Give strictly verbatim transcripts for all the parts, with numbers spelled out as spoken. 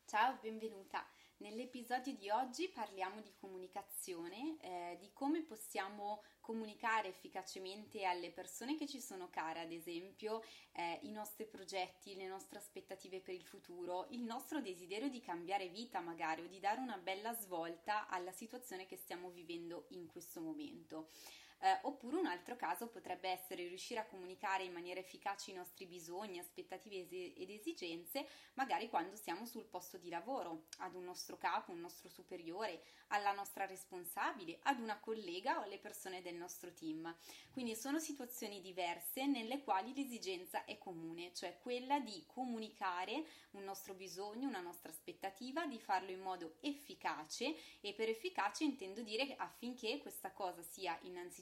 Ciao, benvenuta. Nell'episodio di oggi parliamo di comunicazione, eh, di come possiamo comunicare efficacemente alle persone che ci sono care, ad esempio eh, i nostri progetti, le nostre aspettative per il futuro, il nostro desiderio di cambiare vita magari o di dare una bella svolta alla situazione che stiamo vivendo in questo momento. Eh, oppure un altro caso potrebbe essere riuscire a comunicare in maniera efficace i nostri bisogni, aspettative ed esigenze, magari quando siamo sul posto di lavoro, ad un nostro capo, un nostro superiore, alla nostra responsabile, ad una collega o alle persone del nostro team. Quindi sono situazioni diverse nelle quali l'esigenza è comune, cioè quella di comunicare un nostro bisogno, una nostra aspettativa, di farlo in modo efficace, e per efficace intendo dire affinché questa cosa sia innanzitutto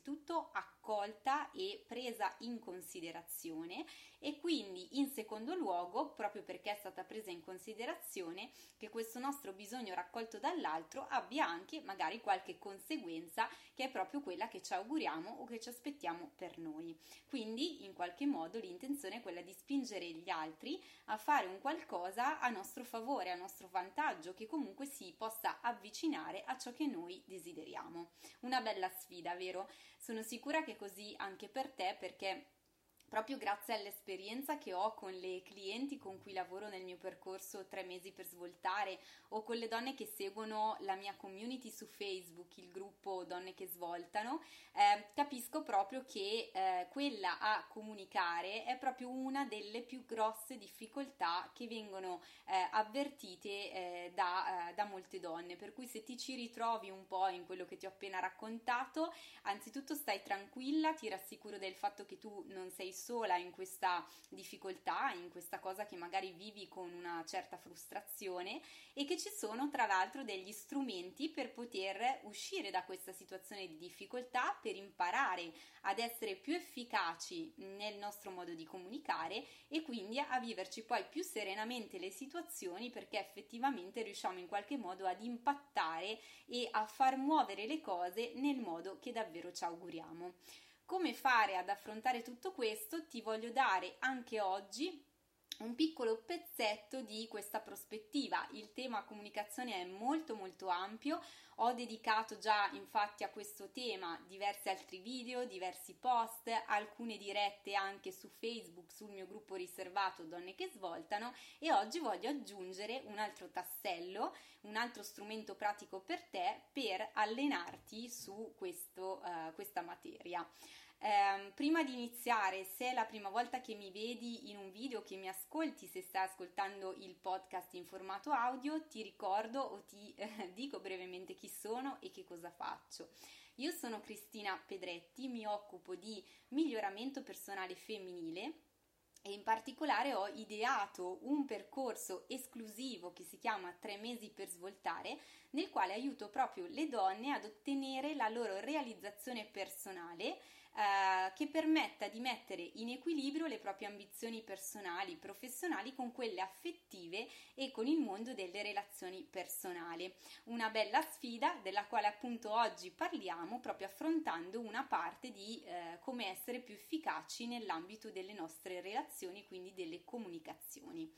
accolta e presa in considerazione, e quindi in secondo luogo, proprio perché è stata presa in considerazione, che questo nostro bisogno raccolto dall'altro abbia anche magari qualche conseguenza che è proprio quella che ci auguriamo o che ci aspettiamo per noi. Quindi in qualche modo l'intenzione è quella di spingere gli altri a fare un qualcosa a nostro favore, a nostro vantaggio, che comunque si possa avvicinare a ciò che noi desideriamo. Una bella sfida, vero? Sono sicura che è così anche per te, perché proprio grazie all'esperienza che ho con le clienti con cui lavoro nel mio percorso tre mesi per svoltare, o con le donne che seguono la mia community su Facebook, il gruppo Donne che Svoltano, eh, capisco proprio che eh, quella a comunicare è proprio una delle più grosse difficoltà che vengono eh, avvertite eh, da, eh, da molte donne. Per cui se ti ci ritrovi un po' in quello che ti ho appena raccontato, anzitutto stai tranquilla, ti rassicuro del fatto che tu non sei sola in questa difficoltà, in questa cosa che magari vivi con una certa frustrazione, e che ci sono tra l'altro degli strumenti per poter uscire da questa situazione di difficoltà, per imparare ad essere più efficaci nel nostro modo di comunicare e quindi a viverci poi più serenamente le situazioni, perché effettivamente riusciamo in qualche modo ad impattare e a far muovere le cose nel modo che davvero ci auguriamo. Come fare ad affrontare tutto questo? Ti voglio dare anche oggi un piccolo pezzetto di questa prospettiva. Il tema comunicazione è molto molto ampio, ho dedicato già infatti a questo tema diversi altri video, diversi post, alcune dirette anche su Facebook sul mio gruppo riservato Donne che Svoltano, e oggi voglio aggiungere un altro tassello, un altro strumento pratico per te per allenarti su questo, uh, questa materia. Eh, prima di iniziare, se è la prima volta che mi vedi in un video, che mi ascolti, se stai ascoltando il podcast in formato audio, ti ricordo o ti eh, dico brevemente chi sono e che cosa faccio. Io sono Cristina Pedretti, mi occupo di miglioramento personale femminile e in particolare ho ideato un percorso esclusivo che si chiama tre mesi per svoltare, nel quale aiuto proprio le donne ad ottenere la loro realizzazione personale, eh, che permetta di mettere in equilibrio le proprie ambizioni personali, professionali con quelle affettive e con il mondo delle relazioni personali. Una bella sfida della quale appunto oggi parliamo, proprio affrontando una parte di eh, come essere più efficaci nell'ambito delle nostre relazioni, quindi delle comunicazioni.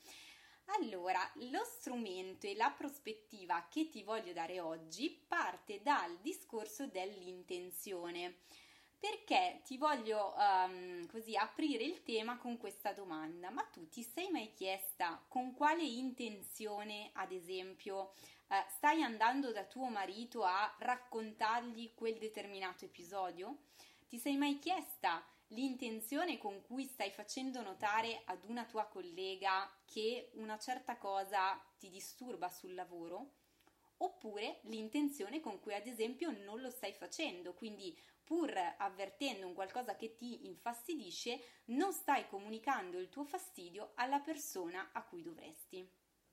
Allora, lo strumento e la prospettiva che ti voglio dare oggi parte dal discorso dell'intenzione. Perché ti voglio um, così aprire il tema con questa domanda: ma tu ti sei mai chiesta con quale intenzione, ad esempio, uh, stai andando da tuo marito a raccontargli quel determinato episodio? Ti sei mai chiesta l'intenzione con cui stai facendo notare ad una tua collega che una certa cosa ti disturba sul lavoro? Oppure l'intenzione con cui ad esempio non lo stai facendo, quindi pur avvertendo un qualcosa che ti infastidisce, non stai comunicando il tuo fastidio alla persona a cui dovresti.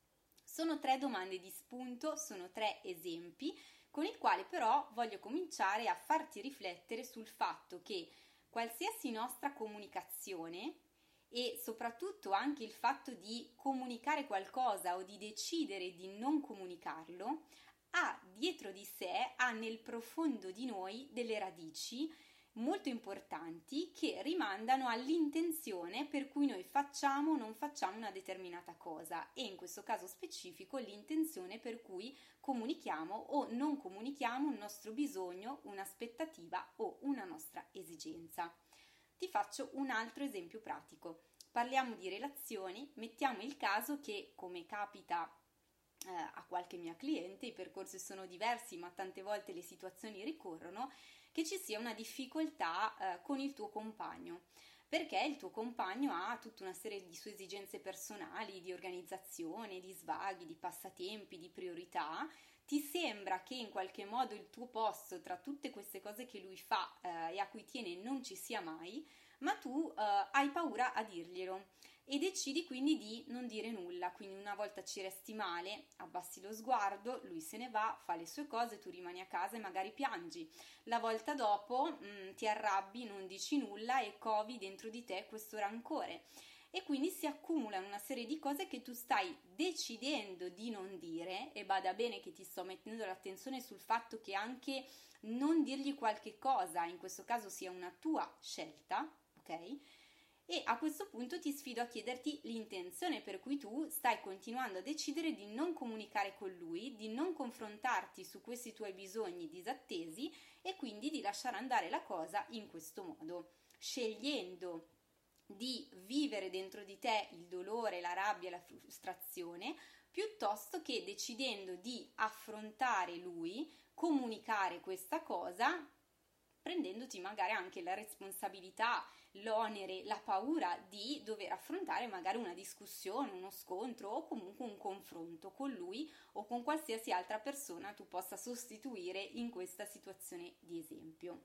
Sono tre domande di spunto, sono tre esempi con i quali però voglio cominciare a farti riflettere sul fatto che qualsiasi nostra comunicazione, e soprattutto anche il fatto di comunicare qualcosa o di decidere di non comunicarlo, ha dietro di sé, ha nel profondo di noi delle radici molto importanti che rimandano all'intenzione per cui noi facciamo o non facciamo una determinata cosa, e in questo caso specifico l'intenzione per cui comunichiamo o non comunichiamo un nostro bisogno, un'aspettativa o una nostra esigenza. Ti faccio un altro esempio pratico. Parliamo di relazioni, mettiamo il caso che, come capita eh, a qualche mia cliente, i percorsi sono diversi ma tante volte le situazioni ricorrono, che ci sia una difficoltà eh, con il tuo compagno, perché il tuo compagno ha tutta una serie di sue esigenze personali, di organizzazione, di svaghi, di passatempi, di priorità. Ti sembra che in qualche modo il tuo posto tra tutte queste cose che lui fa eh, e a cui tiene non ci sia mai, ma tu eh, hai paura a dirglielo e decidi quindi di non dire nulla. Quindi una volta ci resti male, abbassi lo sguardo, lui se ne va, fa le sue cose, tu rimani a casa e magari piangi. La volta dopo mh, ti arrabbi, non dici nulla e covi dentro di te questo rancore. E quindi si accumulano una serie di cose che tu stai decidendo di non dire, e bada bene che ti sto mettendo l'attenzione sul fatto che anche non dirgli qualche cosa, in questo caso sia una tua scelta, ok? E a questo punto ti sfido a chiederti l'intenzione per cui tu stai continuando a decidere di non comunicare con lui, di non confrontarti su questi tuoi bisogni disattesi e quindi di lasciare andare la cosa in questo modo, scegliendo di vivere dentro di te il dolore, la rabbia, la frustrazione, piuttosto che decidendo di affrontare lui, comunicare questa cosa, prendendoti magari anche la responsabilità, l'onere, la paura di dover affrontare magari una discussione, uno scontro o comunque un confronto con lui o con qualsiasi altra persona tu possa sostituire in questa situazione di esempio.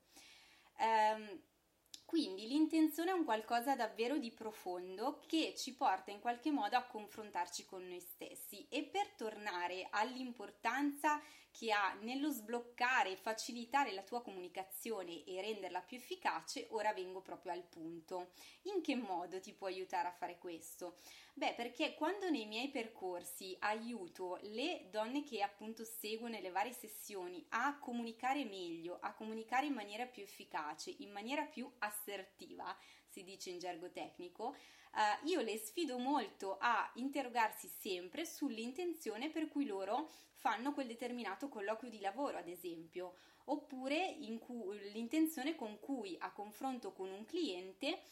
Ehm, Quindi l'intenzione è un qualcosa davvero di profondo che ci porta in qualche modo a confrontarci con noi stessi. E per tornare all'importanza che ha nello sbloccare e facilitare la tua comunicazione e renderla più efficace, ora vengo proprio al punto. In che modo ti può aiutare a fare questo? Beh, perché quando nei miei percorsi aiuto le donne che appunto seguono le varie sessioni a comunicare meglio, a comunicare in maniera più efficace, in maniera più assertiva, si dice in gergo tecnico, eh, io le sfido molto a interrogarsi sempre sull'intenzione per cui loro fanno quel determinato colloquio di lavoro, ad esempio, oppure in cui, l'intenzione con cui a confronto con un cliente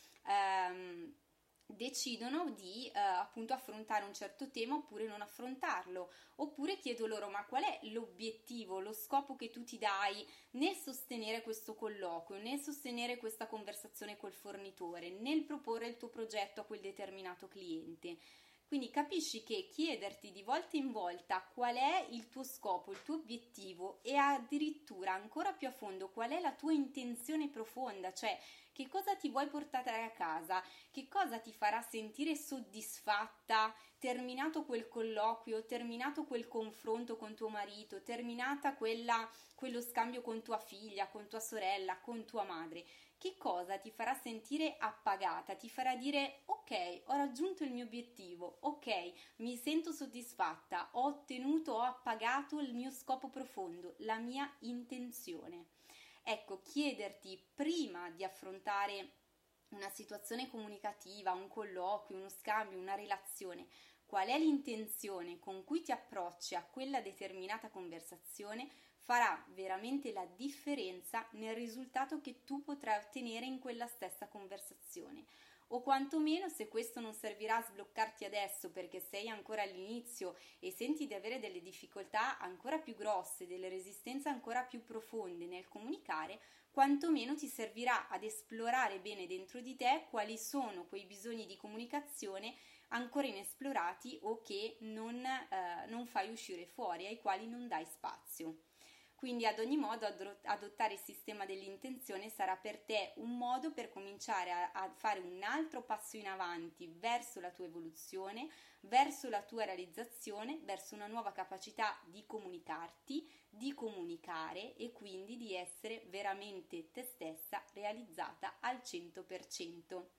ehm, decidono di eh, appunto affrontare un certo tema oppure non affrontarlo, oppure chiedo loro: ma qual è l'obiettivo, lo scopo che tu ti dai nel sostenere questo colloquio, nel sostenere questa conversazione col fornitore, nel proporre il tuo progetto a quel determinato cliente? Quindi capisci che chiederti di volta in volta qual è il tuo scopo, il tuo obiettivo e addirittura ancora più a fondo qual è la tua intenzione profonda, cioè che cosa ti vuoi portare a casa, che cosa ti farà sentire soddisfatta terminato quel colloquio, terminato quel confronto con tuo marito, terminata quella, quello scambio con tua figlia, con tua sorella, con tua madre. Che cosa ti farà sentire appagata, ti farà dire: ok, ho raggiunto il mio obiettivo, ok, mi sento soddisfatta, ho ottenuto, ho appagato il mio scopo profondo, la mia intenzione. Ecco, chiederti prima di affrontare una situazione comunicativa, un colloquio, uno scambio, una relazione, qual è l'intenzione con cui ti approcci a quella determinata conversazione, farà veramente la differenza nel risultato che tu potrai ottenere in quella stessa conversazione. O quantomeno, se questo non servirà a sbloccarti adesso perché sei ancora all'inizio e senti di avere delle difficoltà ancora più grosse, delle resistenze ancora più profonde nel comunicare, quantomeno ti servirà ad esplorare bene dentro di te quali sono quei bisogni di comunicazione ancora inesplorati o che non, eh, non fai uscire fuori, ai quali non dai spazio. Quindi ad ogni modo adottare il sistema dell'intenzione sarà per te un modo per cominciare a, a fare un altro passo in avanti verso la tua evoluzione, verso la tua realizzazione, verso una nuova capacità di comunicarti, di comunicare e quindi di essere veramente te stessa realizzata al cento per cento.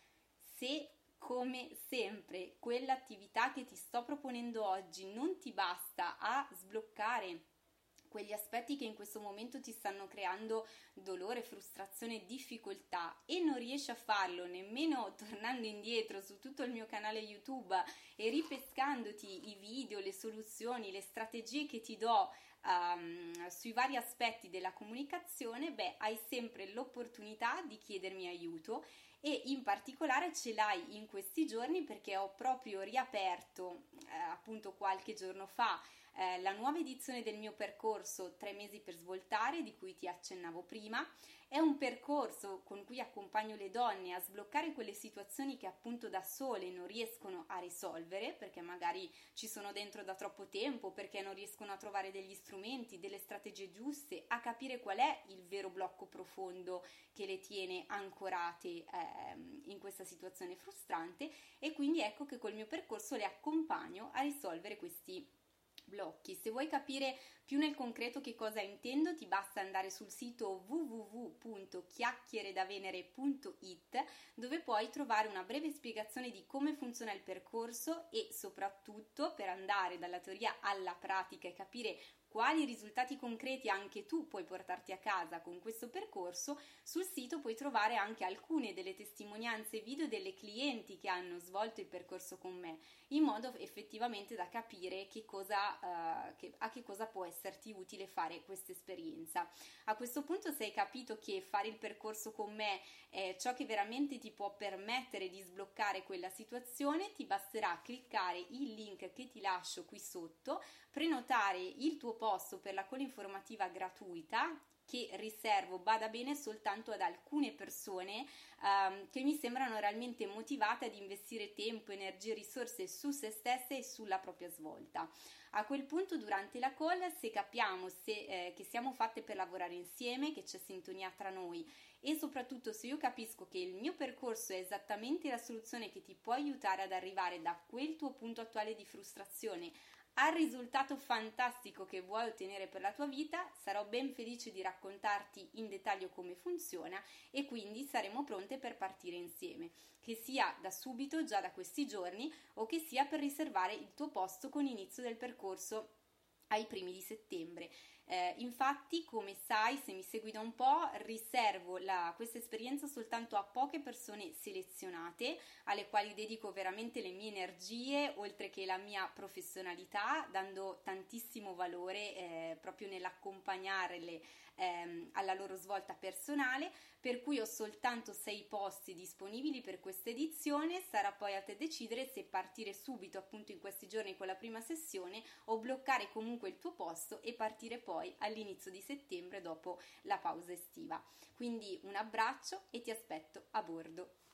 Se come sempre quell'attività che ti sto proponendo oggi non ti basta a sbloccare quegli aspetti che in questo momento ti stanno creando dolore, frustrazione, difficoltà e non riesci a farlo nemmeno tornando indietro su tutto il mio canale YouTube e ripescandoti i video, le soluzioni, le strategie che ti do um, sui vari aspetti della comunicazione, beh, hai sempre l'opportunità di chiedermi aiuto. E in particolare ce l'hai in questi giorni perché ho proprio riaperto eh, appunto qualche giorno fa eh, la nuova edizione del mio percorso tre mesi per svoltare, di cui ti accennavo prima. È un percorso con cui accompagno le donne a sbloccare quelle situazioni che appunto da sole non riescono a risolvere perché magari ci sono dentro da troppo tempo, perché non riescono a trovare degli strumenti, delle strategie giuste, a capire qual è il vero blocco profondo che le tiene ancorate ehm, in questa situazione frustrante, e quindi ecco che col mio percorso le accompagno a risolvere questi blocchi. Se vuoi capire più nel concreto che cosa intendo, ti basta andare sul sito w w w punto chiacchieredavenere punto i t, dove puoi trovare una breve spiegazione di come funziona il percorso e soprattutto, per andare dalla teoria alla pratica e capire quali risultati concreti anche tu puoi portarti a casa con questo percorso, sul sito puoi trovare anche alcune delle testimonianze video delle clienti che hanno svolto il percorso con me, in modo effettivamente da capire che cosa, uh, che, a che cosa può esserti utile fare questa esperienza. A questo punto, se hai capito che fare il percorso con me è ciò che veramente ti può permettere di sbloccare quella situazione, ti basterà cliccare il link che ti lascio qui sotto, prenotare il tuo posto per la call informativa gratuita che riservo, bada bene, soltanto ad alcune persone um, che mi sembrano realmente motivate ad investire tempo, energie e risorse su se stesse e sulla propria svolta. A quel punto, durante la call, se capiamo se, eh, che siamo fatte per lavorare insieme, che c'è sintonia tra noi e soprattutto se io capisco che il mio percorso è esattamente la soluzione che ti può aiutare ad arrivare da quel tuo punto attuale di frustrazione al risultato fantastico che vuoi ottenere per la tua vita, sarò ben felice di raccontarti in dettaglio come funziona e quindi saremo pronte per partire insieme, che sia da subito, già da questi giorni, o che sia per riservare il tuo posto con inizio del percorso ai primi di settembre. Eh, infatti, come sai, se mi segui da un po', riservo la, questa esperienza soltanto a poche persone selezionate, alle quali dedico veramente le mie energie, oltre che la mia professionalità, dando tantissimo valore eh, proprio nell'accompagnarle ehm, alla loro svolta personale, per cui ho soltanto sei posti disponibili per questa edizione. Sarà poi a te decidere se partire subito appunto in questi giorni con la prima sessione o bloccare comunque il tuo posto e partire poi all'inizio di settembre dopo la pausa estiva. Quindi un abbraccio e ti aspetto a bordo.